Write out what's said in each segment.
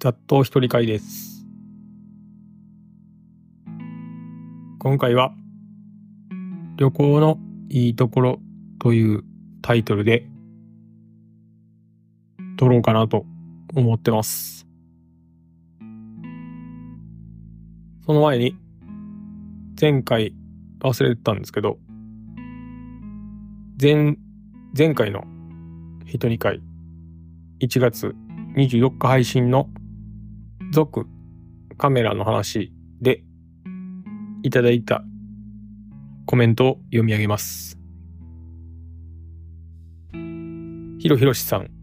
ざっと一人会です。今回は旅行のいいところというタイトルで撮ろうかなと思ってます。その前に前回忘れてたんですけど、前回の一人会1月24日配信の続カメラの話でいただいたコメントを読み上げます。ひろさん、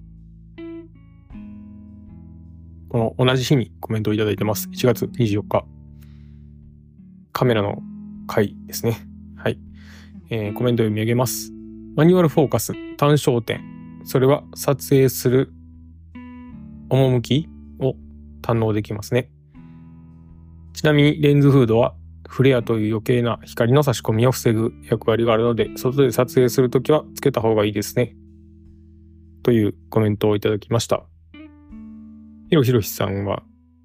この同じ日にコメントをいただいてます。1月24日カメラの回ですね。はい、コメントを読み上げます。マニュアルフォーカス単焦点、それは撮影する趣を堪能できますね。ちなみにレンズフードはフレアという余計な光の差し込みを防ぐ役割があるので、外で撮影するときはつけた方がいいですね、というコメントをいただきました。ひろさんは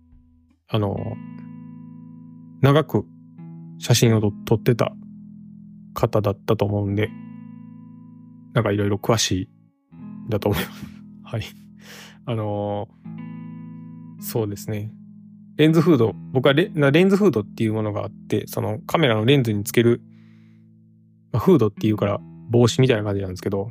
長く写真を撮ってた方だったと思うんで、なんかいろいろ詳しいだと思います。はい。そうですね。レンズフード、僕はレンズフードっていうものがあって、そのカメラのレンズにつける、フードっていうから帽子みたいな感じなんですけど、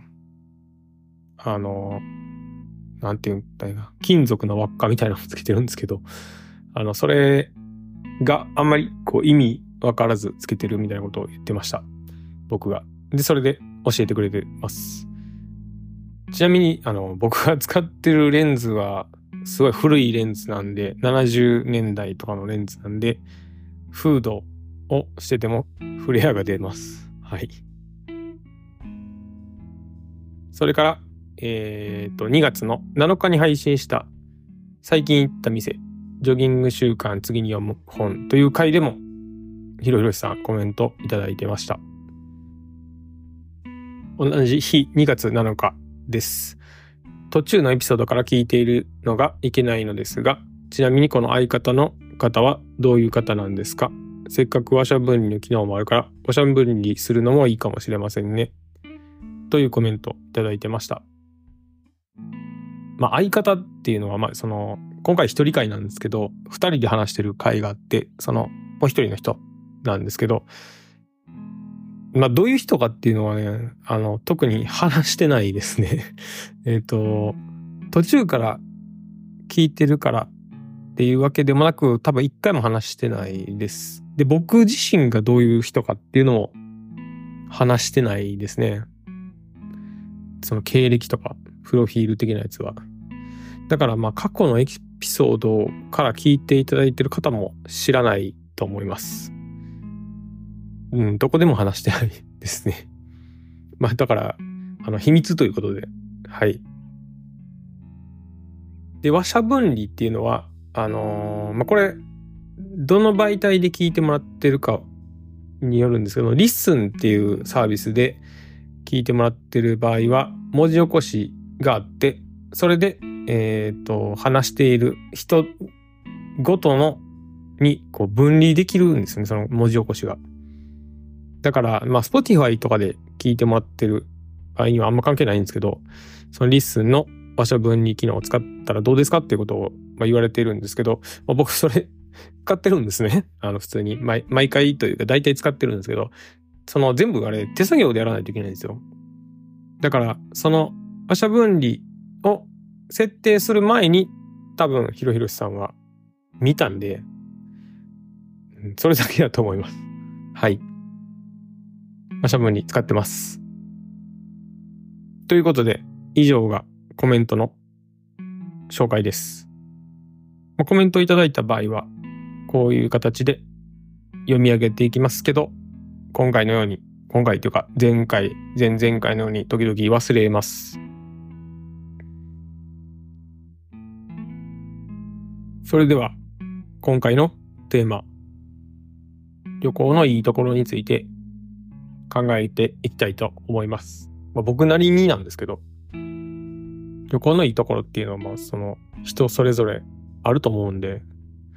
なんていうんだよな、金属の輪っかみたいなのをつけてるんですけど、それがあんまりこう意味わからずつけてるみたいなことを言ってました、僕が。で、それで教えてくれてます。ちなみに僕が使ってるレンズはすごい古いレンズなんで、70年代とかのレンズなんで、フードをしててもフレアが出ます。はい。それから2月の7日に配信した最近行った店、ジョギング習慣次に読む本という回でもひろさんコメントいただいてました。同じ日2月7日です。途中のエピソードから聞いているのがいけないのですが、ちなみにこの相方の方はどういう方なんですか？せっかく話者分離の機能もあるから話者分離するのもいいかもしれませんね、というコメントいただいてました。相方っていうのは今回一人会なんですけど、二人で話してる会があって、そのもう一人の人なんですけど、どういう人かっていうのはね、特に話してないですね。途中から聞いてるからっていうわけでもなく、多分一回も話してないです。で、僕自身がどういう人かっていうのも話してないですね。その経歴とかプロフィール的なやつは。だから過去のエピソードから聞いていただいてる方も知らないと思います。どこでも話してないですね。だから秘密ということで、はい。で、話者分離っていうのはこれどの媒体で聞いてもらってるかによるんですけど、リッスンっていうサービスで聞いてもらってる場合は文字起こしがあって、それで話している人ごとのにこう分離できるんですよね、その文字起こしが。だからSpotify とかで聞いてもらってる場合にはあんま関係ないんですけど、そのリッスンの話者分離機能を使ったらどうですかっていうことを言われているんですけど、僕それ使ってるんですね。普通に毎回というか大体使ってるんですけど、その全部あれ手作業でやらないといけないんですよ。だからその話者分離を設定する前に多分ひろさんは見たんで、それだけだと思います。はい。話者分離使ってます。ということで、以上がコメントの紹介です。コメントいただいた場合はこういう形で読み上げていきますけど、今回というか前々回のように時々忘れます。それでは今回のテーマ、旅行のいいところについて考えていきたいと思います。僕なりになんですけど、旅行のいいところっていうのはその人それぞれあると思うんで、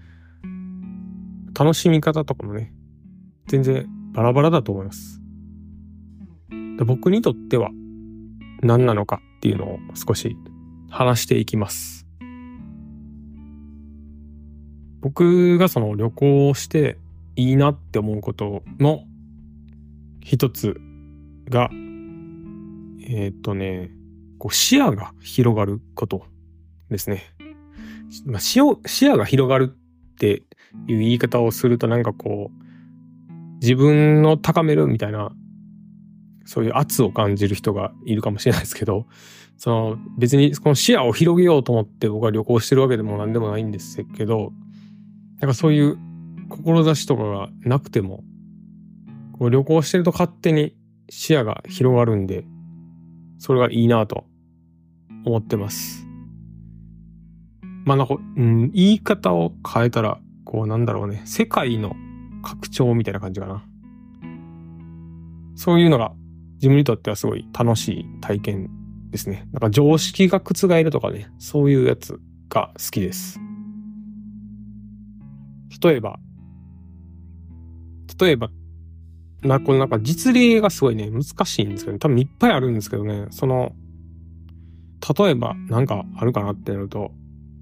楽しみ方とかもね、全然バラバラだと思います。で、僕にとっては何なのかっていうのを少し話していきます。僕がその旅行していいなって思うことの一つが、こう視野が広がることですね。視野が広がるっていう言い方をするとなんかこう、自分を高めるみたいな、そういう圧を感じる人がいるかもしれないですけど、その別にこの視野を広げようと思って僕は旅行してるわけでも何でもないんですけど、なんかそういう志とかがなくても、こう旅行してると勝手に視野が広がるんで、それがいいなと思ってます。まあなんか、言い方を変えたら、こうなんだろうね、世界の拡張みたいな感じかな。そういうのが自分にとってはすごい楽しい体験ですね。なんか常識が覆るとかね、そういうやつが好きです。例えば、これなんか実例がすごいね、難しいんですけど、多分いっぱいあるんですけどね、例えばなんかあるかなってなると、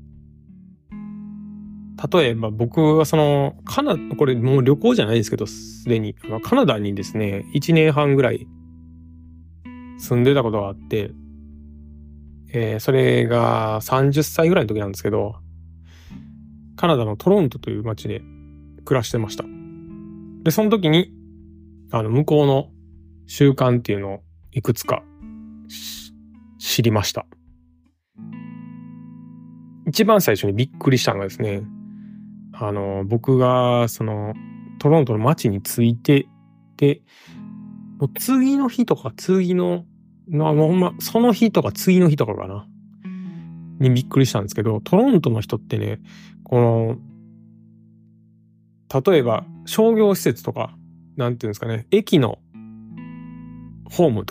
例えば僕はこれもう旅行じゃないですけど、すでにカナダにですね、1年半ぐらい住んでたことがあって、それが30歳ぐらいの時なんですけど、カナダのトロントという街で暮らしてました。で、その時に、向こうの習慣っていうのをいくつか知りました。一番最初にびっくりしたのがですね、僕がトロントの街に着いて、で、もう次の日とかその日とか次の日とかかなにびっくりしたんですけど、トロントの人ってね、例えば商業施設とか、なんていうんですかね、駅のホーム、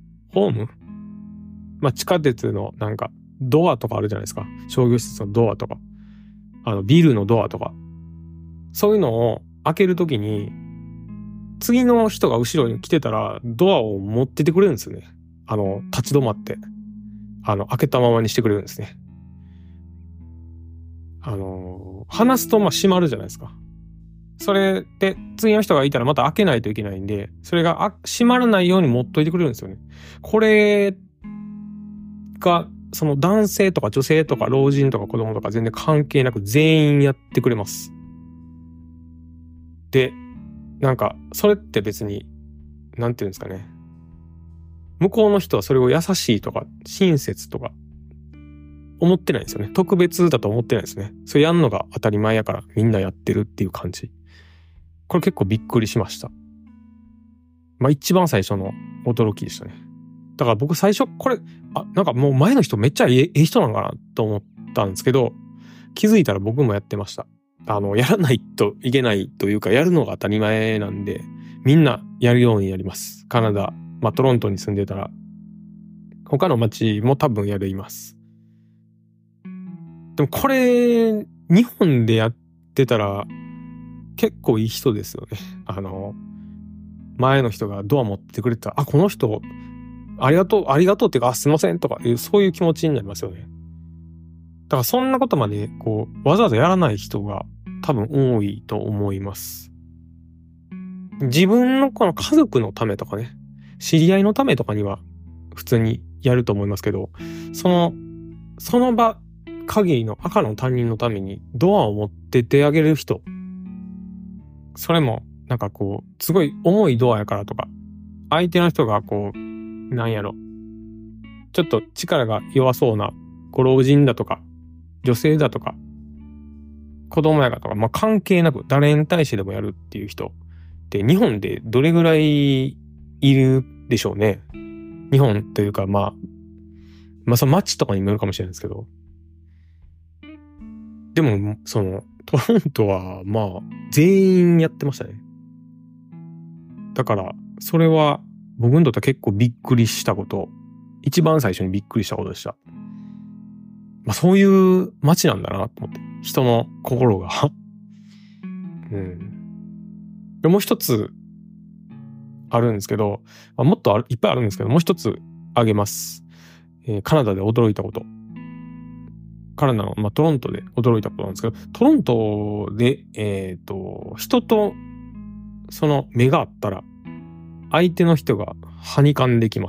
地下鉄のなんかドアとかあるじゃないですか。商業施設のドアとか、ビルのドアとか、そういうのを開けるときに、次の人が後ろに来てたらドアを持っててくれるんですよね。立ち止まって開けたままにしてくれるんですね。離すと閉まるじゃないですか。それで次の人がいたらまた開けないといけないんで、それが閉まらないように持っといてくれるんですよね。これがその男性とか女性とか老人とか子供とか全然関係なく全員やってくれます。で、なんかそれって別になんていうんですかね。向こうの人はそれを優しいとか親切とか思ってないんですよね。特別だと思ってないですね。それやんのが当たり前やからみんなやってるっていう感じ。これ結構びっくりしました。一番最初の驚きでしたね。だから僕最初これ、なんかもう前の人めっちゃええ人なのかなと思ったんですけど、気づいたら僕もやってました。やらないといけないというか、やるのが当たり前なんで、みんなやるようにやります。カナダ、トロントに住んでたら、他の街も多分やります。でもこれ、日本でやってたら、結構いい人ですよね。前の人がドア持ってくれたら、この人、ありがとうっていうか、すいませんとかいう、そういう気持ちになりますよね。だからそんなことまで、わざわざやらない人が多分多いと思います。自分のこの家族のためとかね、知り合いのためとかには普通にやると思いますけど、その場限りの赤の他人のためにドアを持ってってあげる人、それもなんかすごい重いドアやからとか、相手の人がなんやろ、ちょっと力が弱そうなご老人だとか、女性だとか、子供やからとか、関係なく誰に対してでもやるっていう人って日本でどれぐらいいるでしょうね。日本というかその街とかにもよるかもしれないですけど。でも、トロントは全員やってましたね。だから、それは僕にとっては結構びっくりしたこと、一番最初にびっくりしたことでした。そういう街なんだなと思って。 人の心がでもう一つあるんですけど、もっといっぱいあるんですけど、もう一つあげます。カナダで驚いたこと。カナダの、トロントで驚いたことなんですけど、トロントで、人とその目が合ったら、相手の人がはにかんできます。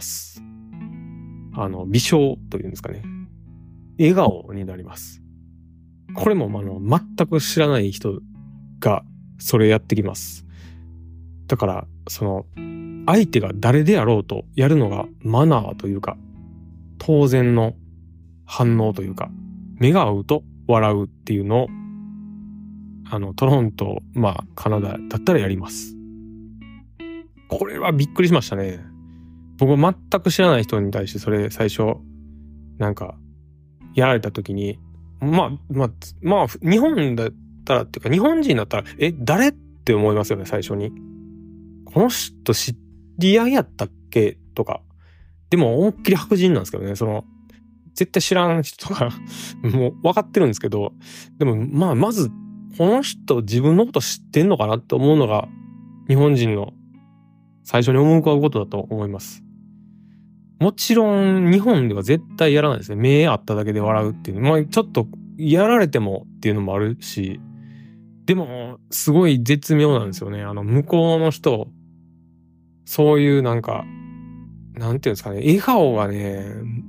微笑というんですかね。笑顔になります。これも全く知らない人がそれやってきます。だから相手が誰であろうとやるのがマナーというか当然の反応というか、目が合うと笑うっていうのをトロントカナダだったらやります。これはびっくりしましたね。僕は全く知らない人に対してそれ最初なんかやられた時に日本だったらっていうか日本人だったら誰って思いますよね。最初にこの人知り合いやったっけとか。でも思いっきり白人なんですけどね。絶対知らん人とかもう分かってるんですけど、でもまずこの人自分のこと知ってんのかなって思うのが日本人の最初に思い浮かぶことだと思います。もちろん日本では絶対やらないですね。目合っただけで笑うっていう。ちょっとやられてもっていうのもあるし、でもすごい絶妙なんですよね。向こうの人、そういうなんていうんですかね、笑顔がね、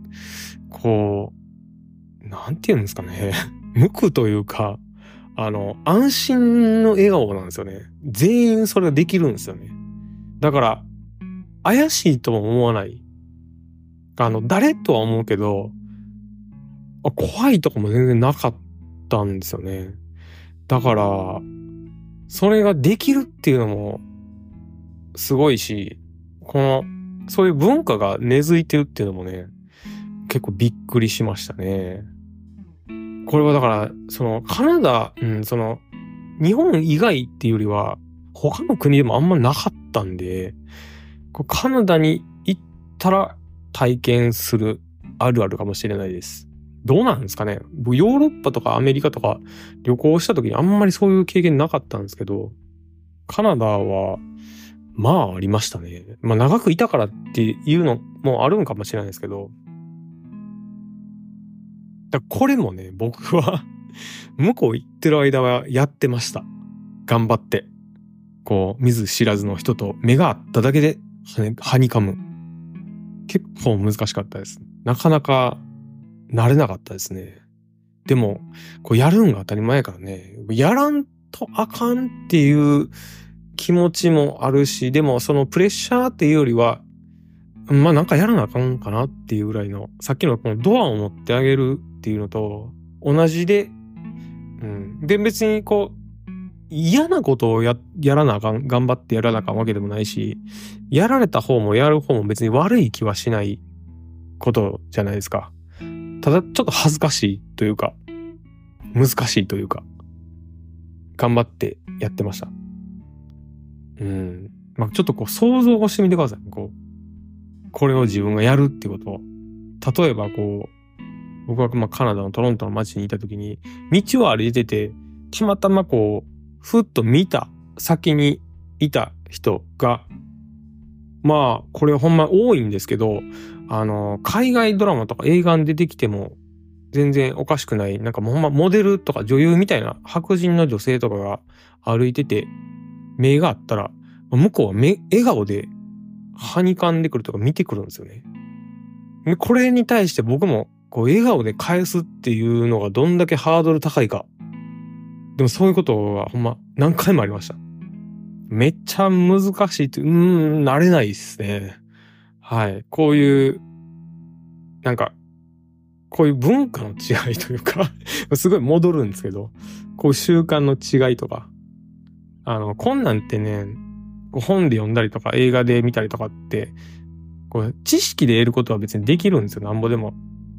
なんていうんですかね、無垢というか、安心の笑顔なんですよね。全員それができるんですよね。だから、怪しいとも思わない。誰とは思うけど、怖いとかも全然なかったんですよね。だから、それができるっていうのも、すごいし、そういう文化が根付いてるっていうのもね、結構びっくりしましたね。これはだから、カナダ、日本以外っていうよりは、他の国でもあんまなかったんで、カナダに行ったら体験するあるあるかもしれないです。どうなんですかね。僕ヨーロッパとかアメリカとか旅行した時にあんまりそういう経験なかったんですけど、カナダは、ありましたね。長くいたからっていうのもあるんかもしれないですけど、これもね、僕は向こう行ってる間はやってました。頑張って。見ず知らずの人と目が合っただけではにかむ。結構難しかったです。なかなか慣れなかったですね。でも、やるんが当たり前やからね。やらんとあかんっていう気持ちもあるし、でもそのプレッシャーっていうよりは、なんかやらなあかんかなっていうぐらいの、さっきのこのドアを持ってあげるっていうのと同じで、で別に嫌なことをやらなあかん、頑張ってやらなあかんわけでもないし、やられた方もやる方も別に悪い気はしないことじゃないですか。ただちょっと恥ずかしいというか、難しいというか、頑張ってやってました。ちょっと想像をしてみてください。これを自分がやるってことを。例えば僕はカナダのトロントの街にいた時に、道を歩いてて、たまたまふっと見た先にいた人が、これほんま多いんですけど、海外ドラマとか映画に出てきても全然おかしくない、ほんまモデルとか女優みたいな白人の女性とかが歩いてて、目があったら、向こうは笑顔ではにかんでくるとか見てくるんですよね。でこれに対して僕も笑顔で返すっていうのがどんだけハードル高いか。でもそういうことはほんま何回もありました。めっちゃ難しいって、慣れないですね。はい。こういう文化の違いというかすごい戻るんですけど、こういう習慣の違いとか、こんなんってね、本で読んだりとか映画で見たりとかって、知識で得ることは別にできるんですよ、なんぼでも。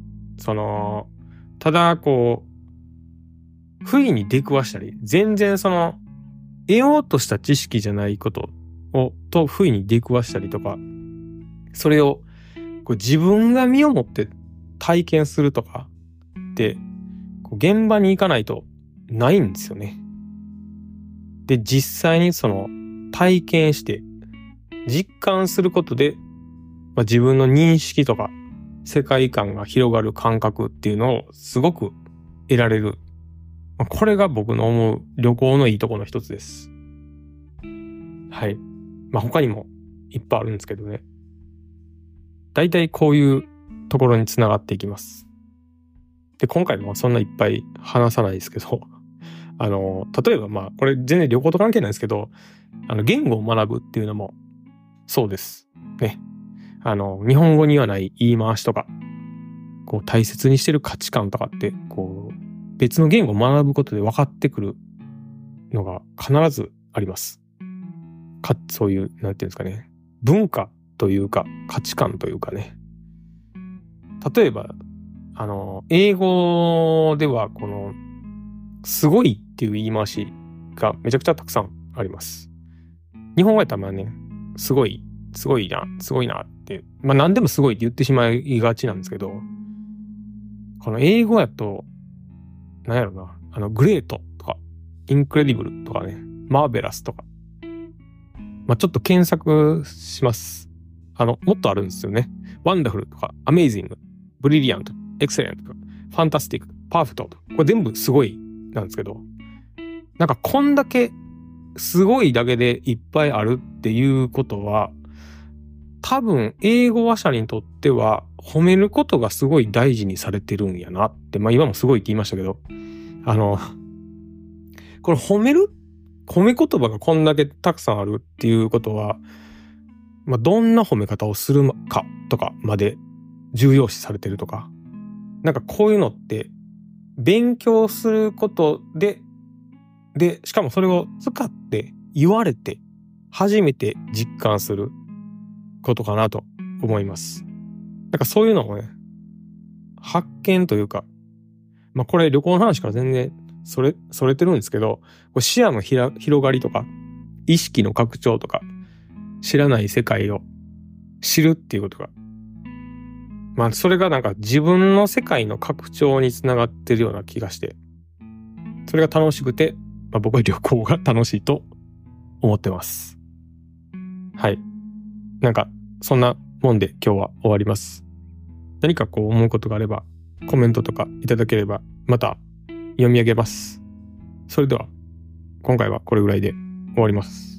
ただ不意に出くわしたり、全然得ようとした知識じゃないことと不意に出くわしたりとか、それを自分が身をもって体験するとかって、現場に行かないとないんですよね。で、実際にその体験して実感することで、自分の認識とか世界観が広がる感覚っていうのをすごく得られる。これが僕の思う旅行のいいところの一つです。はい。他にもいっぱいあるんですけどね。だいたいこういうところにつながっていきます。で、今回もそんないっぱい話さないですけど、例えばこれ全然旅行と関係ないですけど、言語を学ぶっていうのもそうです。ね。日本語にはない言い回しとか、こう大切にしてる価値観とかって、こう、別の言語を学ぶことで分かってくるのが必ずあります。そういう、なんていうんですかね。文化というか、価値観というかね。例えば、英語ではこの、すごいっていう言い回しがめちゃくちゃたくさんあります。日本語やったらね、すごいなって、何でもすごいって言ってしまいがちなんですけど、この英語やと、なんやろな、グレートとか、インクレディブルとかね、マーベラスとか、ちょっと検索します。もっとあるんですよね。ワンダフルとか、アメイジング、ブリリアント、エクセレントとか、ファンタスティック、パーフェクトとか、これ全部すごいなんですけど、なんかこんだけすごいだけでいっぱいあるっていうことは、多分英語話者にとっては褒めることがすごい大事にされてるんやなって、今もすごいって言いましたけど、これ褒め言葉がこんだけたくさんあるっていうことは、どんな褒め方をするかとかまで重要視されてるとか、なんかこういうのって勉強することで、しかもそれを使って言われて初めて実感することかなと思います。なんかそういうのもね、発見というか、これ旅行の話から全然それてるんですけど、これ視野の広がりとか、意識の拡張とか、知らない世界を知るっていうことが、それがなんか自分の世界の拡張につながってるような気がして、それが楽しくて、僕は旅行が楽しいと思ってます。はい。なんか、そんなもんで今日は終わります。何かこう思うことがあれば、コメントとかいただければ、また読み上げます。それでは、今回はこれぐらいで終わります。